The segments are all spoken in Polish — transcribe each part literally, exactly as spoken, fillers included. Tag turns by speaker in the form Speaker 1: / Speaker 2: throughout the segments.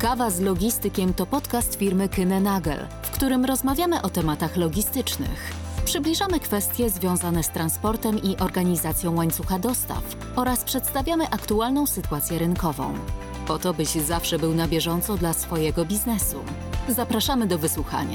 Speaker 1: Kawa z logistykiem to podcast firmy Kühne+Nagel, w którym rozmawiamy o tematach logistycznych. Przybliżamy kwestie związane z transportem i organizacją łańcucha dostaw oraz przedstawiamy aktualną sytuację rynkową. Po to, byś zawsze był na bieżąco dla swojego biznesu. Zapraszamy do wysłuchania.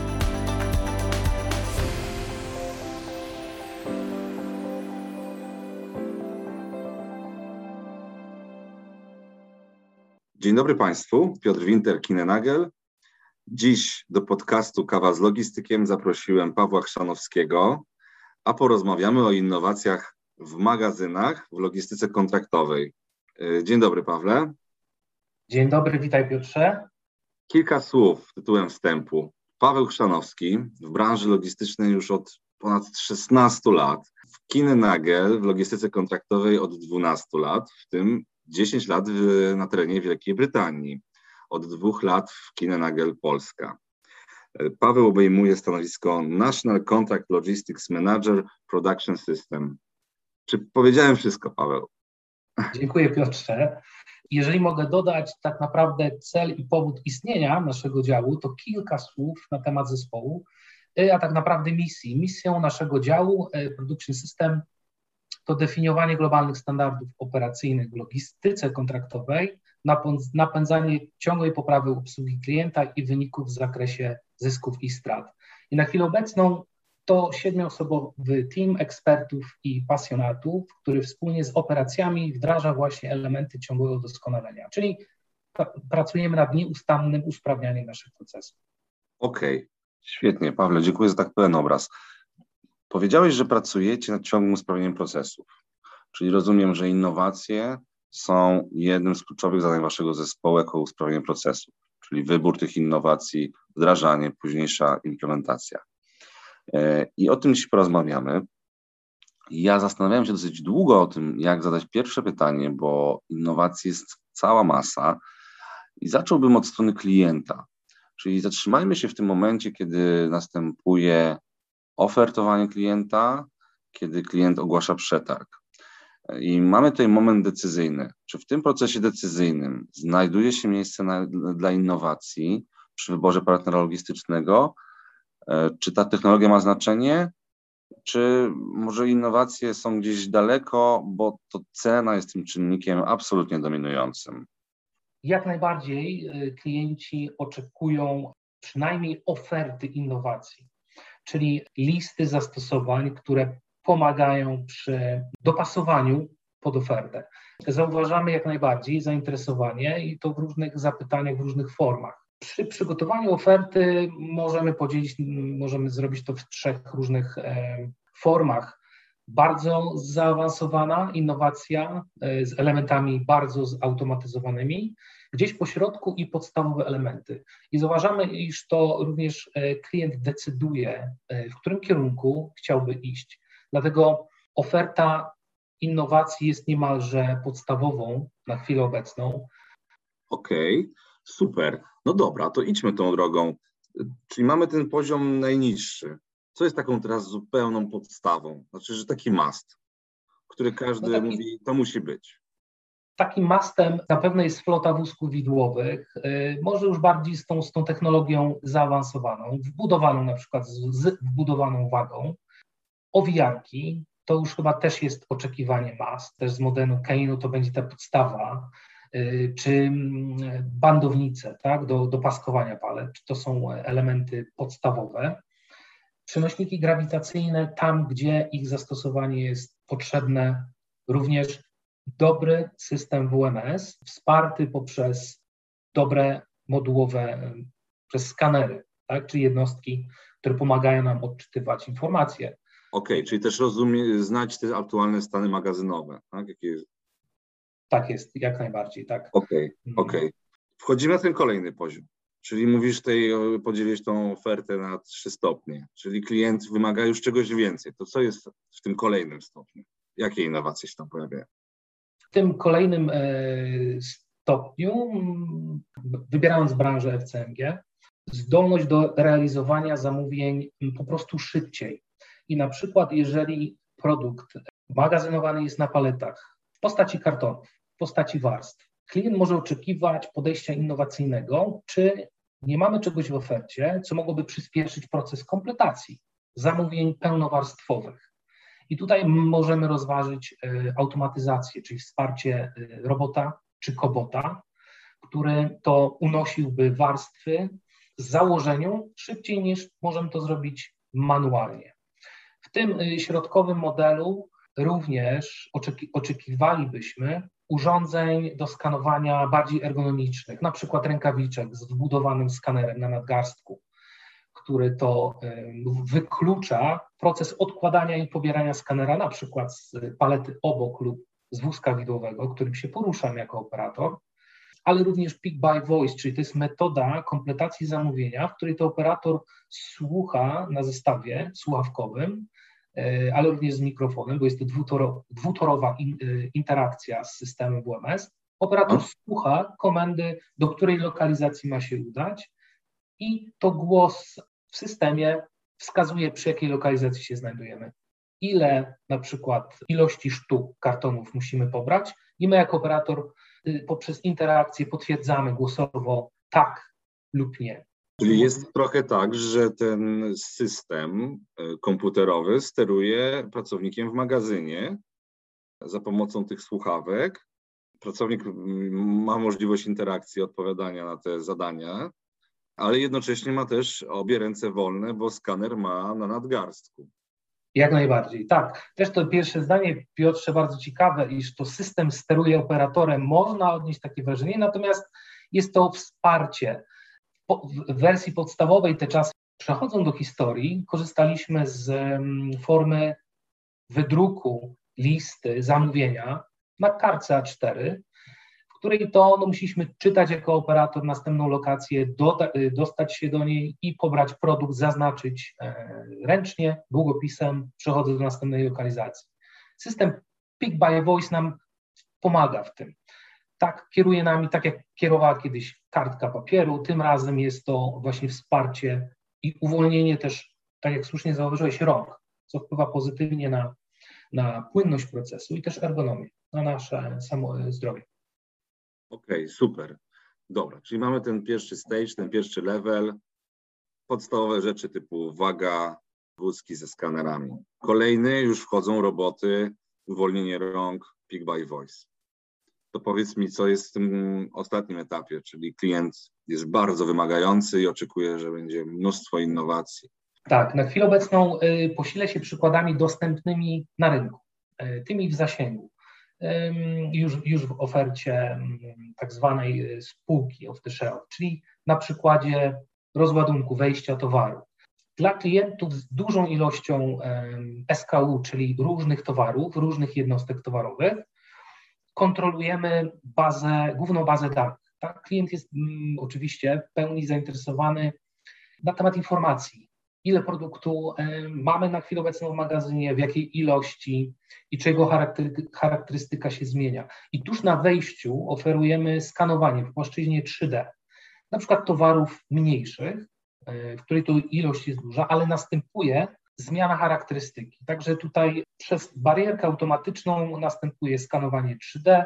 Speaker 2: Dzień dobry Państwu, Piotr Winter, Kühne+Nagel. Dziś do podcastu Kawa z logistykiem zaprosiłem Pawła Chrzanowskiego, a porozmawiamy o innowacjach w magazynach w logistyce kontraktowej. Dzień dobry Pawle.
Speaker 3: Dzień dobry, witaj Piotrze.
Speaker 2: Kilka słów tytułem wstępu. Paweł Chrzanowski w branży logistycznej już od ponad szesnastu lat, w Kühne+Nagel w logistyce kontraktowej od dwunastu lat, w tym dziesięć lat w, na terenie Wielkiej Brytanii, od dwóch lat w Kühne+Nagel Polska. Paweł obejmuje stanowisko National Contract Logistics Manager Production System. Czy powiedziałem wszystko, Paweł?
Speaker 3: Dziękuję Piotrze. Jeżeli mogę dodać tak naprawdę cel i powód istnienia naszego działu, to kilka słów na temat zespołu, a tak naprawdę misji. Misją naszego działu Production System to definiowanie globalnych standardów operacyjnych w logistyce kontraktowej, napędzanie ciągłej poprawy obsługi klienta i wyników w zakresie zysków i strat. I na chwilę obecną to siedmioosobowy team ekspertów i pasjonatów, który wspólnie z operacjami wdraża właśnie elementy ciągłego doskonalenia, czyli pracujemy nad nieustannym usprawnianiem naszych procesów.
Speaker 2: Okej, okay. Świetnie. Pawle, dziękuję za tak pełen obraz. Powiedziałeś, że pracujecie nad ciągłym usprawnieniem procesów, czyli rozumiem, że innowacje są jednym z kluczowych zadań waszego zespołu jako usprawnienie procesów, czyli wybór tych innowacji, wdrażanie, późniejsza implementacja. I o tym dziś porozmawiamy. Ja zastanawiałem się dosyć długo o tym, jak zadać pierwsze pytanie, bo innowacji jest cała masa i zacząłbym od strony klienta, czyli zatrzymajmy się w tym momencie, kiedy następuje ofertowanie klienta, kiedy klient ogłasza przetarg. I mamy tutaj moment decyzyjny. Czy w tym procesie decyzyjnym znajduje się miejsce na, dla innowacji przy wyborze partnera logistycznego? Czy ta technologia ma znaczenie? Czy może innowacje są gdzieś daleko, bo to cena jest tym czynnikiem absolutnie dominującym?
Speaker 3: Jak najbardziej klienci oczekują przynajmniej oferty innowacji, czyli listy zastosowań, które pomagają przy dopasowaniu pod ofertę. Zauważamy jak najbardziej zainteresowanie i to w różnych zapytaniach, w różnych formach. Przy przygotowaniu oferty możemy podzielić, możemy zrobić to w trzech różnych e, formach. Bardzo zaawansowana innowacja e, z elementami bardzo zautomatyzowanymi, gdzieś po środku i podstawowe elementy. I zauważamy, iż to również e, klient decyduje, e, w którym kierunku chciałby iść. Dlatego oferta innowacji jest niemalże podstawową na chwilę obecną.
Speaker 2: Okej, okay, super. No dobra, to idźmy tą drogą. Czyli mamy ten poziom najniższy. Co jest taką teraz zupełną podstawą? Znaczy, że taki must, który każdy no taki, mówi, to musi być.
Speaker 3: Takim mustem zapewne jest flota wózków widłowych, yy, może już bardziej z tą, z tą technologią zaawansowaną, wbudowaną na przykład z, z wbudowaną wagą. Owijarki, to już chyba też jest oczekiwanie must, też z modelu Kainu to będzie ta podstawa, yy, czy bandownice, tak, do, do paskowania palet, to są elementy podstawowe. Przenośniki grawitacyjne, tam gdzie ich zastosowanie jest potrzebne, również dobry system W M S, wsparty poprzez dobre modułowe, przez skanery, tak, czy jednostki, które pomagają nam odczytywać informacje.
Speaker 2: Okej, okay, czyli też rozumie, znać te aktualne stany magazynowe, tak? Jakie...
Speaker 3: Tak jest, jak najbardziej, tak.
Speaker 2: Okej, okay, okej. Okay. Wchodzimy na ten kolejny poziom, czyli mówisz, tej, podzielisz tą ofertę na trzy stopnie, czyli klient wymaga już czegoś więcej. To co jest w tym kolejnym stopniu? Jakie innowacje się tam pojawiają?
Speaker 3: W tym kolejnym e, stopniu, wybierając branżę F C M G, zdolność do realizowania zamówień po prostu szybciej. I na przykład, jeżeli produkt magazynowany jest na paletach w postaci kartonów, w postaci warstw, klient może oczekiwać podejścia innowacyjnego, czy nie mamy czegoś w ofercie, co mogłoby przyspieszyć proces kompletacji zamówień pełnowarstwowych. I tutaj możemy rozważyć automatyzację, czyli wsparcie robota czy kobota, który to unosiłby warstwy z założeniu szybciej niż możemy to zrobić manualnie. W tym środkowym modelu również oczeki- oczekiwalibyśmy urządzeń do skanowania bardziej ergonomicznych, na przykład rękawiczek z wbudowanym skanerem na nadgarstku, który to wyklucza proces odkładania i pobierania skanera na przykład z palety obok lub z wózka widłowego, którym się poruszam jako operator, ale również pick by voice, czyli to jest metoda kompletacji zamówienia, w której to operator słucha na zestawie słuchawkowym, ale również z mikrofonem, bo jest to dwutoro, dwutorowa in, interakcja z systemem W M S. Operator no. słucha komendy, do której lokalizacji ma się udać i to głos w systemie wskazuje, przy jakiej lokalizacji się znajdujemy. Ile na przykład ilości sztuk kartonów musimy pobrać i my jako operator poprzez interakcję potwierdzamy głosowo tak lub nie.
Speaker 2: Czyli jest trochę tak, że ten system komputerowy steruje pracownikiem w magazynie za pomocą tych słuchawek. Pracownik ma możliwość interakcji, odpowiadania na te zadania, ale jednocześnie ma też obie ręce wolne, bo skaner ma na nadgarstku.
Speaker 3: Jak najbardziej, tak. Też to pierwsze zdanie, Piotrze, bardzo ciekawe, iż to system steruje operatorem. Można odnieść takie wrażenie, natomiast jest to wsparcie. W wersji podstawowej te czasy przechodzą do historii. Korzystaliśmy z formy wydruku listy zamówienia na kartce A cztery, w której to no, musieliśmy czytać jako operator następną lokację, do, dostać się do niej i pobrać produkt, zaznaczyć e, ręcznie, długopisem, przechodzę do następnej lokalizacji. System Pick by Voice nam pomaga w tym. Tak kieruje nami, tak jak kierowała kiedyś kartka papieru, tym razem jest to właśnie wsparcie i uwolnienie też, tak jak słusznie zauważyłeś, rąk, co wpływa pozytywnie na, na płynność procesu i też ergonomię, na nasze samo zdrowie.
Speaker 2: Okej, okay, super. Dobra, czyli mamy ten pierwszy stage, ten pierwszy level, podstawowe rzeczy typu waga, wózki ze skanerami. Kolejny już wchodzą roboty, uwolnienie rąk, pick by voice. To powiedz mi, co jest w tym ostatnim etapie, czyli klient jest bardzo wymagający i oczekuje, że będzie mnóstwo innowacji.
Speaker 3: Tak, na chwilę obecną y, posilę się przykładami dostępnymi na rynku, y, tymi w zasięgu, y, już, już w ofercie y, tak zwanej spółki off the shelf, czyli na przykładzie rozładunku, wejścia towaru. Dla klientów z dużą ilością y, S K U, czyli różnych towarów, różnych jednostek towarowych, kontrolujemy bazę, główną bazę danych. Tak? Klient jest mm, oczywiście w pełni zainteresowany na temat informacji, ile produktu y, mamy na chwilę obecną w magazynie, w jakiej ilości i czego charaktery, charakterystyka się zmienia. I tuż na wejściu oferujemy skanowanie w płaszczyźnie trzy D, na przykład towarów mniejszych, y, w której to ilość jest duża, ale następuje zmiana charakterystyki. Także tutaj przez barierkę automatyczną następuje skanowanie trzy D,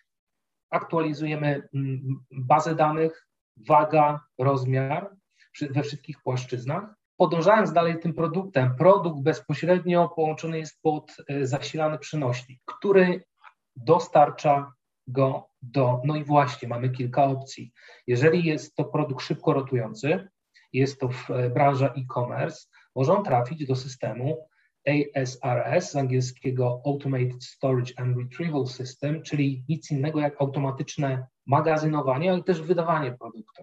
Speaker 3: aktualizujemy bazę danych, waga, rozmiar we wszystkich płaszczyznach. Podążając dalej tym produktem, produkt bezpośrednio połączony jest pod zasilany przenośnik, który dostarcza go do, no i właśnie mamy kilka opcji. Jeżeli jest to produkt szybko rotujący, jest to w branża e-commerce, może on trafić do systemu A S R S, z angielskiego Automated Storage and Retrieval System, czyli nic innego jak automatyczne magazynowanie, ale też wydawanie produktu.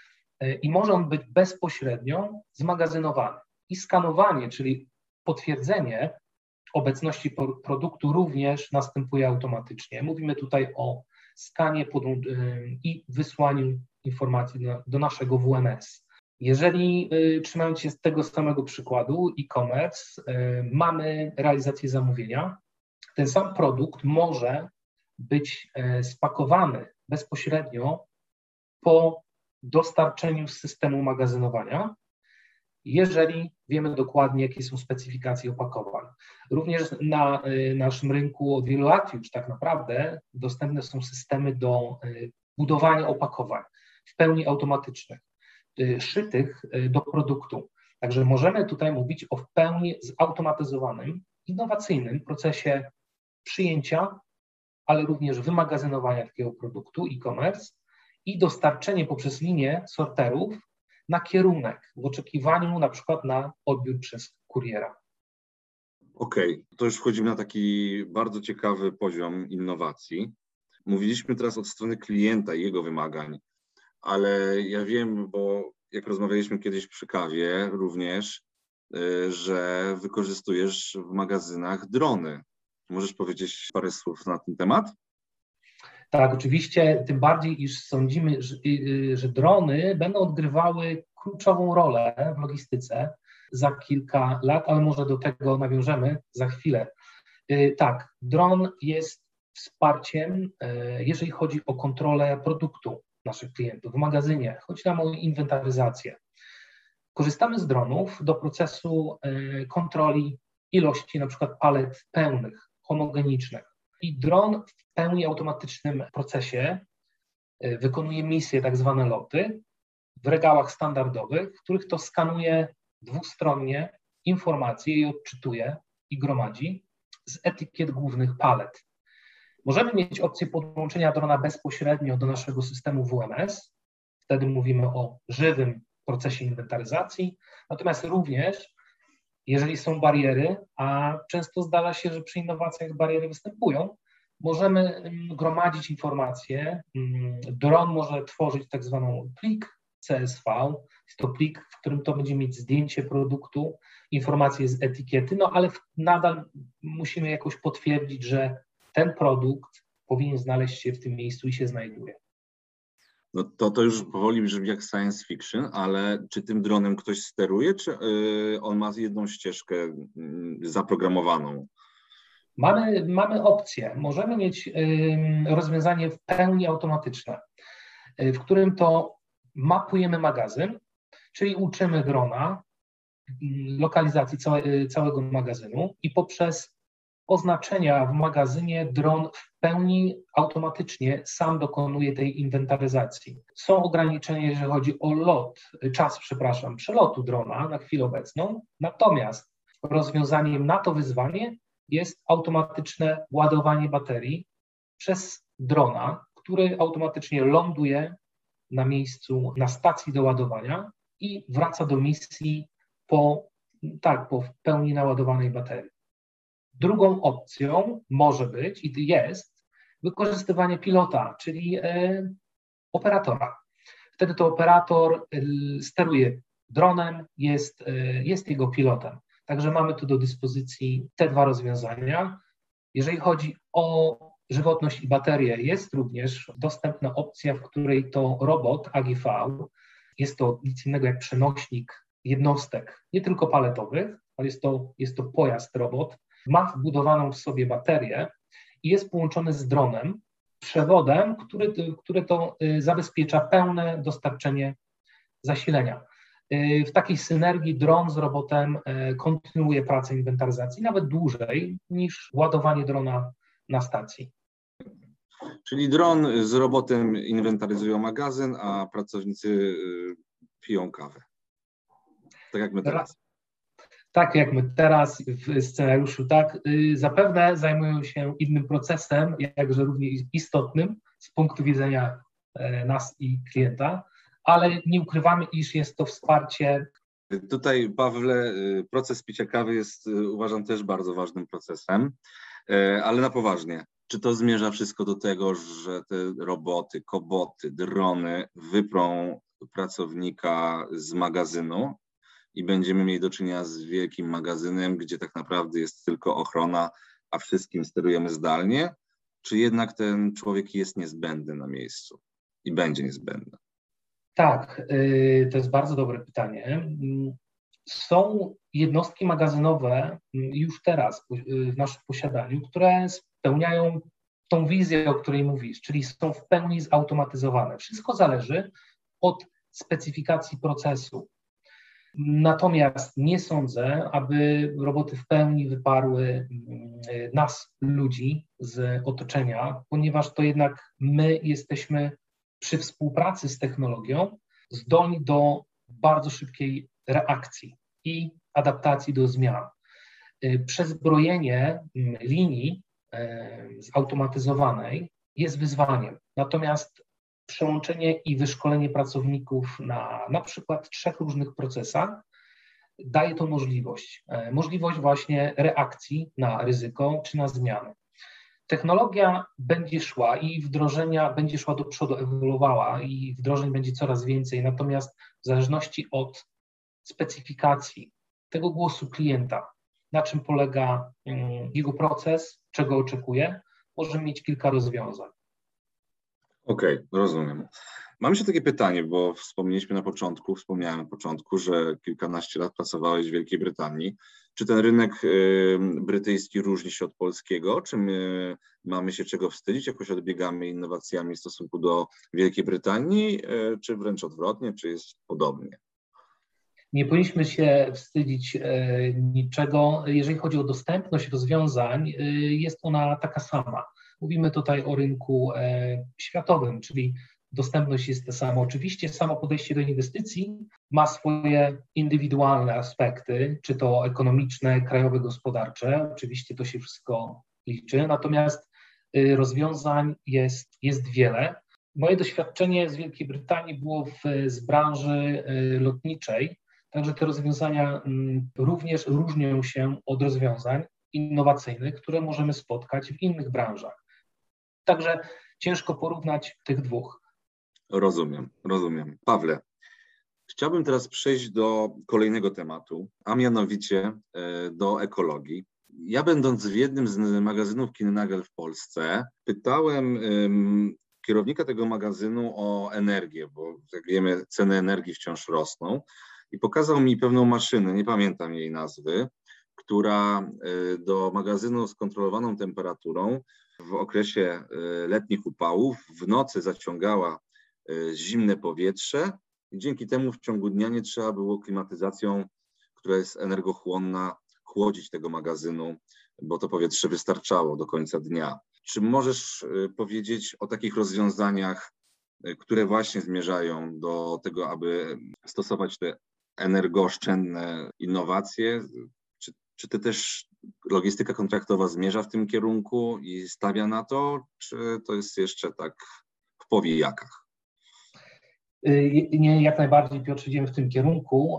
Speaker 3: I może on być bezpośrednio zmagazynowany. I skanowanie, czyli potwierdzenie obecności produktu również następuje automatycznie. Mówimy tutaj o skanie i wysłaniu informacji do naszego W M S. Jeżeli y, trzymając się z tego samego przykładu e-commerce, y, mamy realizację zamówienia, ten sam produkt może być y, spakowany bezpośrednio po dostarczeniu z systemu magazynowania jeżeli wiemy dokładnie, jakie są specyfikacje opakowań. Również na y, naszym rynku od wielu lat już tak naprawdę dostępne są systemy do y, budowania opakowań w pełni automatycznych, y, szytych y, do produktu. Także możemy tutaj mówić o w pełni zautomatyzowanym, innowacyjnym procesie przyjęcia, ale również wymagazynowania takiego produktu e-commerce i dostarczenie poprzez linię sorterów na kierunek w oczekiwaniu na przykład na odbiór przez kuriera.
Speaker 2: Okej, okay. To już wchodzimy na taki bardzo ciekawy poziom innowacji. Mówiliśmy teraz od strony klienta i jego wymagań, ale ja wiem, bo jak rozmawialiśmy kiedyś przy kawie również, że wykorzystujesz w magazynach drony. Możesz powiedzieć parę słów na ten temat?
Speaker 3: Tak, oczywiście, tym bardziej, iż sądzimy, że, że drony będą odgrywały kluczową rolę w logistyce za kilka lat, ale może do tego nawiążemy za chwilę. Tak, dron jest wsparciem, jeżeli chodzi o kontrolę produktu naszych klientów w magazynie. Chodzi nam o inwentaryzację. Korzystamy z dronów do procesu kontroli ilości na przykład palet pełnych, homogenicznych. I dron w pełni automatycznym procesie wykonuje misje, tak zwane loty, w regałach standardowych, w których to skanuje dwustronnie informacje i odczytuje i gromadzi z etykiet głównych palet. Możemy mieć opcję podłączenia drona bezpośrednio do naszego systemu W M S. Wtedy mówimy o żywym procesie inwentaryzacji. Natomiast również, jeżeli są bariery, a często zdarza się, że przy innowacjach bariery występują, możemy gromadzić informacje. Dron może tworzyć tak zwaną plik C S V. Jest to plik, w którym to będzie mieć zdjęcie produktu, informacje z etykiety, no ale nadal musimy jakoś potwierdzić, że ten produkt powinien znaleźć się w tym miejscu i się znajduje.
Speaker 2: No to, to już powoli brzmi jak science fiction, ale czy tym dronem ktoś steruje, czy yy, on ma jedną ścieżkę yy, zaprogramowaną?
Speaker 3: Mamy, mamy opcję. Możemy mieć yy, rozwiązanie w pełni automatyczne, yy, w którym to mapujemy magazyn, czyli uczymy drona yy, lokalizacji całe, yy, całego magazynu i poprzez oznaczenia w magazynie dron w pełni automatycznie sam dokonuje tej inwentaryzacji. Są ograniczenia, jeżeli chodzi o lot, czas, przepraszam, przelotu drona na chwilę obecną, natomiast rozwiązaniem na to wyzwanie jest automatyczne ładowanie baterii przez drona, który automatycznie ląduje na miejscu, na stacji do ładowania i wraca do misji po, tak, po w pełni naładowanej baterii. Drugą opcją może być i jest wykorzystywanie pilota, czyli e, operatora. Wtedy to operator e, steruje dronem, jest, e, jest jego pilotem. Także mamy tu do dyspozycji te dwa rozwiązania. Jeżeli chodzi o żywotność i baterię, jest również dostępna opcja, w której to robot A G V, jest to nic innego jak przenośnik jednostek, nie tylko paletowych, ale jest to, jest to pojazd robot, ma wbudowaną w sobie baterię i jest połączony z dronem, przewodem, który, który to zabezpiecza pełne dostarczenie zasilenia. W takiej synergii dron z robotem kontynuuje pracę inwentaryzacji nawet dłużej niż ładowanie drona na stacji.
Speaker 2: Czyli dron z robotem inwentaryzują magazyn, a pracownicy piją kawę. Tak jak my teraz.
Speaker 3: Tak jak my teraz w scenariuszu, tak, zapewne zajmują się innym procesem, jakże równie istotnym z punktu widzenia nas i klienta, ale nie ukrywamy, iż jest to wsparcie.
Speaker 2: Tutaj, Pawle, proces picia kawy jest, uważam, też bardzo ważnym procesem, ale na poważnie. Czy to zmierza wszystko do tego, że te roboty, koboty, drony wyprą pracownika z magazynu i będziemy mieli do czynienia z wielkim magazynem, gdzie tak naprawdę jest tylko ochrona, a wszystkim sterujemy zdalnie? Czy jednak ten człowiek jest niezbędny na miejscu i będzie niezbędny?
Speaker 3: Tak, to jest bardzo dobre pytanie. Są jednostki magazynowe już teraz w naszym posiadaniu, które spełniają tą wizję, o której mówisz, czyli są w pełni zautomatyzowane. Wszystko zależy od specyfikacji procesu. Natomiast nie sądzę, aby roboty w pełni wyparły nas, ludzi z otoczenia, ponieważ to jednak my jesteśmy przy współpracy z technologią zdolni do bardzo szybkiej reakcji i adaptacji do zmian. Przezbrojenie linii zautomatyzowanej jest wyzwaniem, natomiast przełączenie i wyszkolenie pracowników na na przykład trzech różnych procesach daje to możliwość, możliwość właśnie reakcji na ryzyko czy na zmiany. Technologia będzie szła i wdrożenia będzie szła do przodu, ewoluowała i wdrożeń będzie coraz więcej, natomiast w zależności od specyfikacji tego głosu klienta, na czym polega jego proces, czego oczekuje, możemy mieć kilka rozwiązań.
Speaker 2: Okej, okay, rozumiem. Mam jeszcze takie pytanie, bo wspomnieliśmy na początku, wspomniałem na początku, że kilkanaście lat pracowałeś w Wielkiej Brytanii. Czy ten rynek y, brytyjski różni się od polskiego? Czy my mamy się czego wstydzić? Jakoś odbiegamy innowacjami w stosunku do Wielkiej Brytanii, y, czy wręcz odwrotnie, czy jest podobnie?
Speaker 3: Nie powinniśmy się wstydzić y, niczego. Jeżeli chodzi o dostępność rozwiązań, y, jest ona taka sama. Mówimy tutaj o rynku y, światowym, czyli dostępność jest ta sama. Oczywiście samo podejście do inwestycji ma swoje indywidualne aspekty, czy to ekonomiczne, krajowe, gospodarcze. Oczywiście to się wszystko liczy, natomiast rozwiązań jest, jest wiele. Moje doświadczenie z Wielkiej Brytanii było w, z branży lotniczej, także te rozwiązania również różnią się od rozwiązań innowacyjnych, które możemy spotkać w innych branżach. Także ciężko porównać tych dwóch.
Speaker 2: Rozumiem, rozumiem. Pawle, chciałbym teraz przejść do kolejnego tematu, a mianowicie do ekologii. Ja będąc w jednym z magazynów Kynnenagel w Polsce, pytałem um, kierownika tego magazynu o energię, bo jak wiemy ceny energii wciąż rosną i pokazał mi pewną maszynę, nie pamiętam jej nazwy, która do magazynu z kontrolowaną temperaturą w okresie letnich upałów w nocy zaciągała zimne powietrze i dzięki temu w ciągu dnia nie trzeba było klimatyzacją, która jest energochłonna, chłodzić tego magazynu, bo to powietrze wystarczało do końca dnia. Czy możesz powiedzieć o takich rozwiązaniach, które właśnie zmierzają do tego, aby stosować te energooszczędne innowacje? Czy, czy ty też logistyka kontraktowa zmierza w tym kierunku i stawia na to, czy to jest jeszcze tak w powijakach?
Speaker 3: Nie, jak najbardziej, Piotr, idziemy w tym kierunku.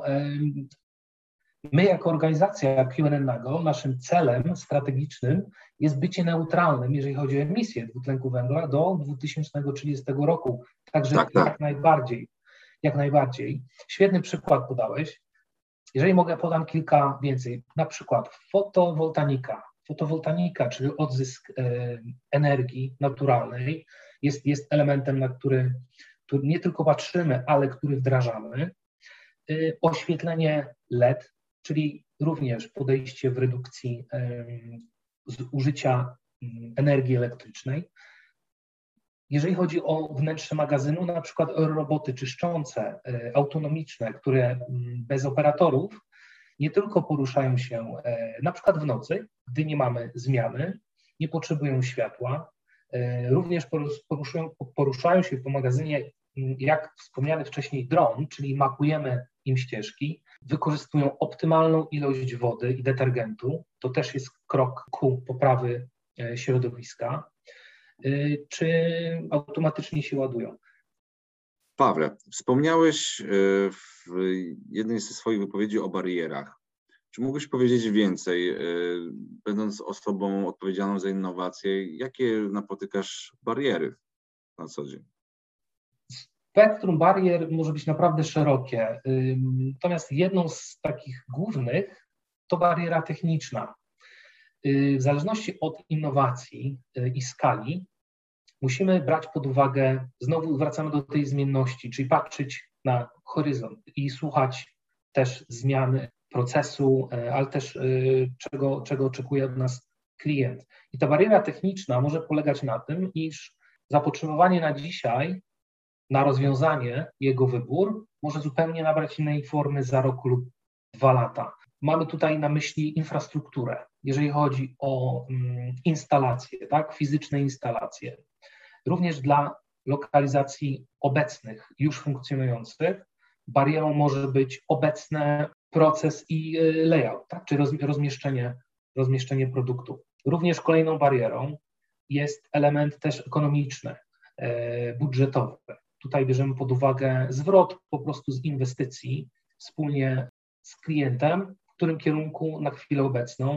Speaker 3: My jako organizacja Kynnenagel, naszym celem strategicznym jest bycie neutralnym, jeżeli chodzi o emisję dwutlenku węgla do dwa tysiące trzydziestego roku. Także tak, tak. jak najbardziej, jak najbardziej. Świetny przykład podałeś. Jeżeli mogę, podam kilka więcej. Na przykład fotowoltaika. Fotowoltaika, czyli odzysk e, energii naturalnej, jest, jest elementem, na który, który nie tylko patrzymy, ale który wdrażamy. E, oświetlenie L E D, czyli również podejście w redukcji e, zużycia energii elektrycznej. Jeżeli chodzi o wnętrze magazynu, na przykład roboty czyszczące, e, autonomiczne, które m, bez operatorów nie tylko poruszają się e, na przykład w nocy, gdy nie mamy zmiany, nie potrzebują światła, e, również poruszają, poruszają się po magazynie, jak wspomniany wcześniej, dron, czyli mapujemy im ścieżki, wykorzystują optymalną ilość wody i detergentu, to też jest krok ku poprawy e, środowiska, e, czy automatycznie się ładują.
Speaker 2: Pawle, wspomniałeś w jednej ze swoich wypowiedzi o barierach. Czy mógłbyś powiedzieć więcej, będąc osobą odpowiedzialną za innowacje, jakie napotykasz bariery na co dzień?
Speaker 3: Spektrum barier może być naprawdę szerokie, natomiast jedną z takich głównych to bariera techniczna. W zależności od innowacji i skali musimy brać pod uwagę, znowu wracamy do tej zmienności, czyli patrzeć na horyzont i słuchać też zmian procesu, ale też czego, czego oczekuje od nas klient. I ta bariera techniczna może polegać na tym, iż zapotrzebowanie na dzisiaj, na rozwiązanie, jego wybór może zupełnie nabrać innej formy za rok lub dwa lata. Mamy tutaj na myśli infrastrukturę, jeżeli chodzi o mm, instalacje, tak, fizyczne instalacje. Również dla lokalizacji obecnych, już funkcjonujących, barierą może być obecny proces i layout, tak, czy rozmieszczenie, rozmieszczenie produktu. Również kolejną barierą jest element też ekonomiczny, budżetowy. Tutaj bierzemy pod uwagę zwrot po prostu z inwestycji wspólnie z klientem, w którym kierunku na chwilę obecną,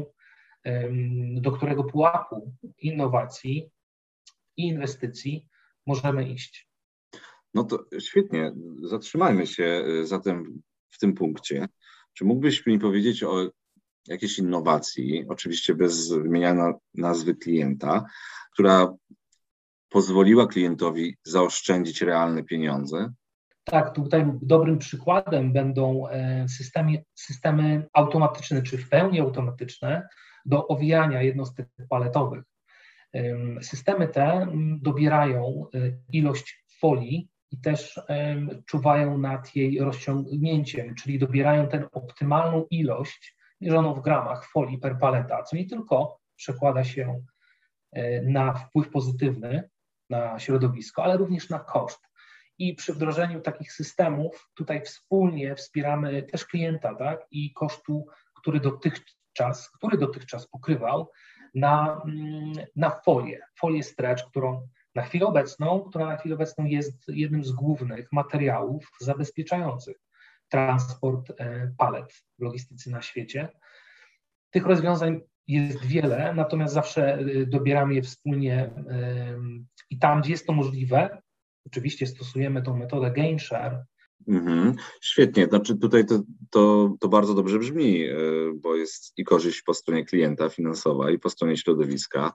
Speaker 3: do którego pułapu innowacji i inwestycji możemy iść.
Speaker 2: No to świetnie, zatrzymajmy się zatem w tym punkcie. Czy mógłbyś mi powiedzieć o jakiejś innowacji, oczywiście bez wymieniania nazwy klienta, która pozwoliła klientowi zaoszczędzić realne pieniądze?
Speaker 3: Tak, tutaj dobrym przykładem będą systemy, systemy automatyczne, czy w pełni automatyczne do owijania jednostek paletowych. Systemy te dobierają ilość folii i też czuwają nad jej rozciągnięciem, czyli dobierają tę optymalną ilość mierzoną w gramach folii per paleta, co nie tylko przekłada się na wpływ pozytywny na środowisko, ale również na koszt. I przy wdrożeniu takich systemów tutaj wspólnie wspieramy też klienta, tak, i kosztu, który dotychczas, który dotychczas pokrywał na, na folię, folię stretch, którą na chwilę obecną, która na chwilę obecną jest jednym z głównych materiałów zabezpieczających transport palet w logistyce na świecie. Tych rozwiązań jest wiele, natomiast zawsze dobieramy je wspólnie i tam, gdzie jest to możliwe, oczywiście stosujemy tą metodę GainShare.
Speaker 2: Mhm, świetnie, znaczy tutaj to, to, to bardzo dobrze brzmi, bo jest i korzyść po stronie klienta finansowa i po stronie środowiska.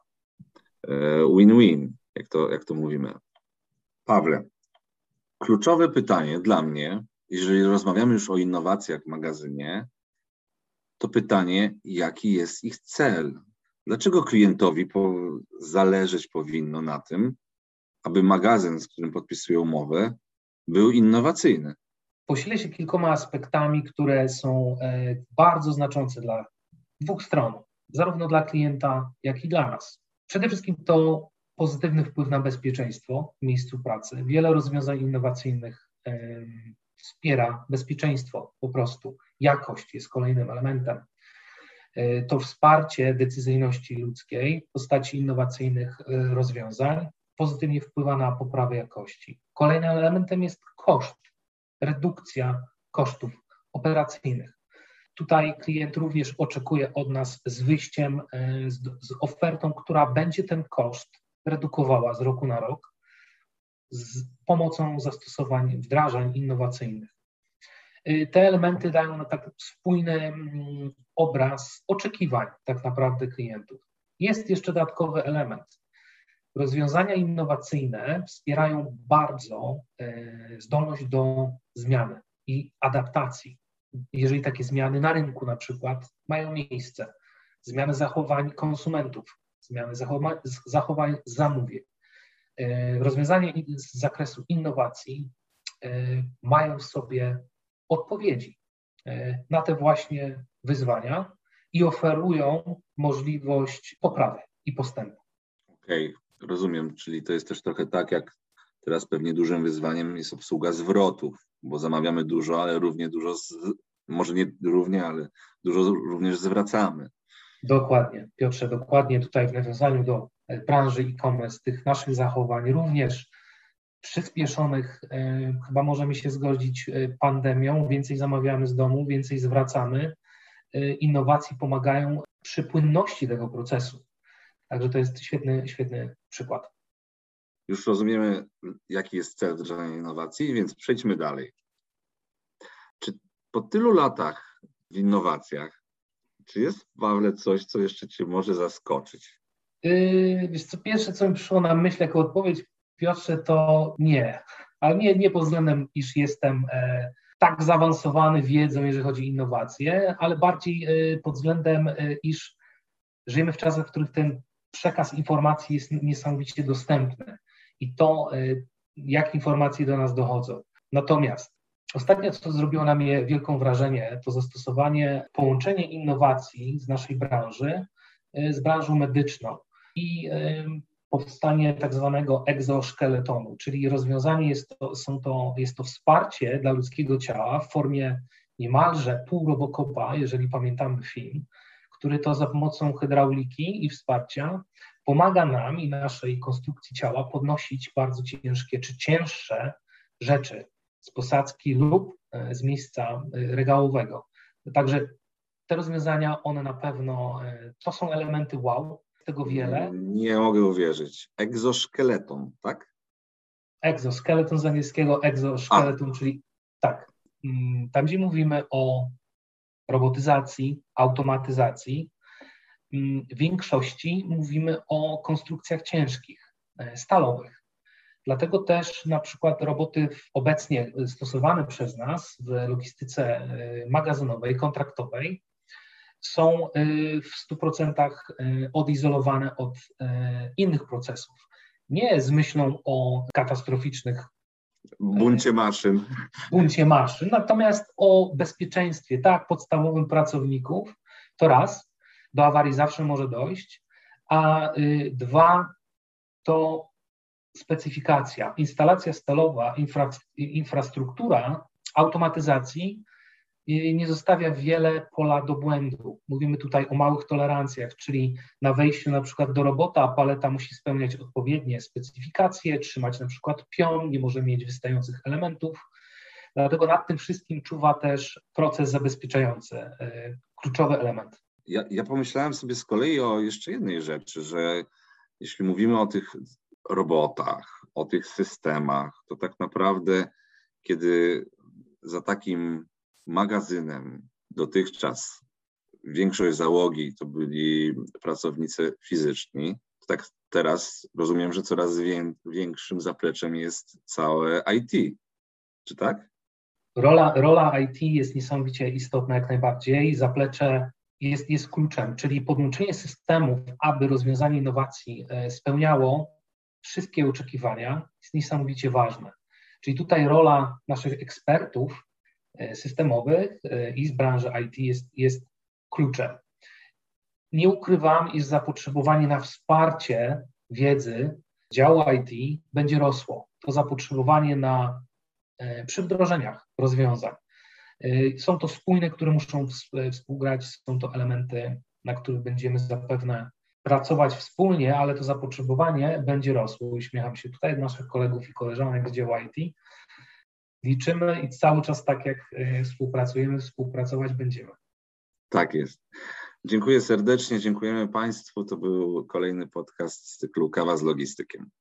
Speaker 2: Win-win, jak to, jak to mówimy. Pawle, kluczowe pytanie dla mnie, jeżeli rozmawiamy już o innowacjach w magazynie, to pytanie, jaki jest ich cel? Dlaczego klientowi po, zależeć powinno na tym, aby magazyn, z którym podpisuje umowę, był innowacyjny?
Speaker 3: Posilę się kilkoma aspektami, które są bardzo znaczące dla dwóch stron, zarówno dla klienta, jak i dla nas. Przede wszystkim to pozytywny wpływ na bezpieczeństwo w miejscu pracy. Wiele rozwiązań innowacyjnych wspiera bezpieczeństwo po prostu. Jakość jest kolejnym elementem. To wsparcie decyzyjności ludzkiej w postaci innowacyjnych rozwiązań pozytywnie wpływa na poprawę jakości. Kolejnym elementem jest koszt, redukcja kosztów operacyjnych. Tutaj klient również oczekuje od nas z wyjściem, z, z ofertą, która będzie ten koszt redukowała z roku na rok z pomocą zastosowań, wdrażań innowacyjnych. Te elementy dają na tak spójny obraz oczekiwań tak naprawdę klientów. Jest jeszcze dodatkowy element. Rozwiązania innowacyjne wspierają bardzo zdolność do zmiany i adaptacji. Jeżeli takie zmiany na rynku na przykład mają miejsce, zmiany zachowań konsumentów, zmiany zachowań, zachowań zamówień. Rozwiązania z zakresu innowacji mają w sobie odpowiedzi na te właśnie wyzwania i oferują możliwość poprawy i postępu.
Speaker 2: Okej, okay, rozumiem, czyli to jest też trochę tak, jak teraz pewnie dużym wyzwaniem jest obsługa zwrotów, bo zamawiamy dużo, ale równie dużo, z, może nie równie, ale dużo również zwracamy.
Speaker 3: Dokładnie, Piotrze, dokładnie tutaj w nawiązaniu do branży e-commerce, tych naszych zachowań, również przyspieszonych, e, chyba możemy się zgodzić, e, pandemią, więcej zamawiamy z domu, więcej zwracamy, e, innowacje pomagają przy płynności tego procesu. Także to jest świetny, świetny przykład.
Speaker 2: Już rozumiemy, jaki jest cel wdrażania innowacji, więc przejdźmy dalej. Czy po tylu latach w innowacjach, czy jest, Pawle, coś, co jeszcze Cię może zaskoczyć?
Speaker 3: Yy, wiesz co, pierwsze, co mi przyszło na myśl jako odpowiedź, Piotrze, to nie. Ale nie, nie pod względem, iż jestem e, tak zaawansowany wiedzą, jeżeli chodzi o innowacje, ale bardziej e, pod względem, e, iż żyjemy w czasach, w których ten przekaz informacji jest niesamowicie dostępny i to, e, jak informacje do nas dochodzą. Natomiast Ostatnio, co zrobiło na mnie wielką wrażenie, to zastosowanie, połączenie innowacji z naszej branży z branżą medyczną i powstanie tak zwanego egzoszkeletonu, czyli rozwiązanie jest to, są to, jest to wsparcie dla ludzkiego ciała w formie niemalże pół Robocopa, jeżeli pamiętamy film, który to za pomocą hydrauliki i wsparcia pomaga nam i naszej konstrukcji ciała podnosić bardzo ciężkie czy cięższe rzeczy z posadzki lub z miejsca regałowego. Także te rozwiązania, one na pewno, to są elementy wow, tego wiele.
Speaker 2: Nie mogę uwierzyć. Egzoszkeleton, tak?
Speaker 3: Egzoskeleton z angielskiego, egzoszkeleton, czyli tak, tam gdzie mówimy o robotyzacji, automatyzacji, w większości mówimy o konstrukcjach ciężkich, stalowych. Dlatego też na przykład roboty obecnie stosowane przez nas w logistyce magazynowej, kontraktowej są w stu procentach odizolowane od innych procesów. Nie z myślą o katastroficznych
Speaker 2: buncie maszyn.
Speaker 3: buncie maszyn, natomiast o bezpieczeństwie, tak, podstawowym pracowników, to raz, do awarii zawsze może dojść, a y, dwa, to specyfikacja, instalacja stalowa, infra, infrastruktura automatyzacji y, nie zostawia wiele pola do błędu. Mówimy tutaj o małych tolerancjach, czyli na wejściu na przykład do robota paleta musi spełniać odpowiednie specyfikacje, trzymać na przykład pion, nie może mieć wystających elementów. Dlatego nad tym wszystkim czuwa też proces zabezpieczający, y, kluczowy element.
Speaker 2: Ja, ja pomyślałem sobie z kolei o jeszcze jednej rzeczy, że jeśli mówimy o tych robotach, o tych systemach, to tak naprawdę kiedy za takim magazynem dotychczas większość załogi to byli pracownicy fizyczni, to tak teraz rozumiem, że coraz większym zapleczem jest całe I T, czy tak?
Speaker 3: Rola, rola I T jest niesamowicie istotna jak najbardziej, zaplecze Jest, jest kluczem, czyli podłączenie systemów, aby rozwiązanie innowacji spełniało wszystkie oczekiwania, jest niesamowicie ważne. Czyli tutaj rola naszych ekspertów systemowych i z branży I T jest, jest kluczem. Nie ukrywam, iż zapotrzebowanie na wsparcie wiedzy działu I T będzie rosło. To zapotrzebowanie na, przy wdrożeniach rozwiązań. Są to spójne, które muszą współgrać, są to elementy, na których będziemy zapewne pracować wspólnie, ale to zapotrzebowanie będzie rosło. Uśmiecham się tutaj do naszych kolegów i koleżanek z działu I T. Liczymy i cały czas tak jak współpracujemy, współpracować będziemy.
Speaker 2: Tak jest. Dziękuję serdecznie, dziękujemy Państwu. To był kolejny podcast z cyklu Kawa z Logistykiem.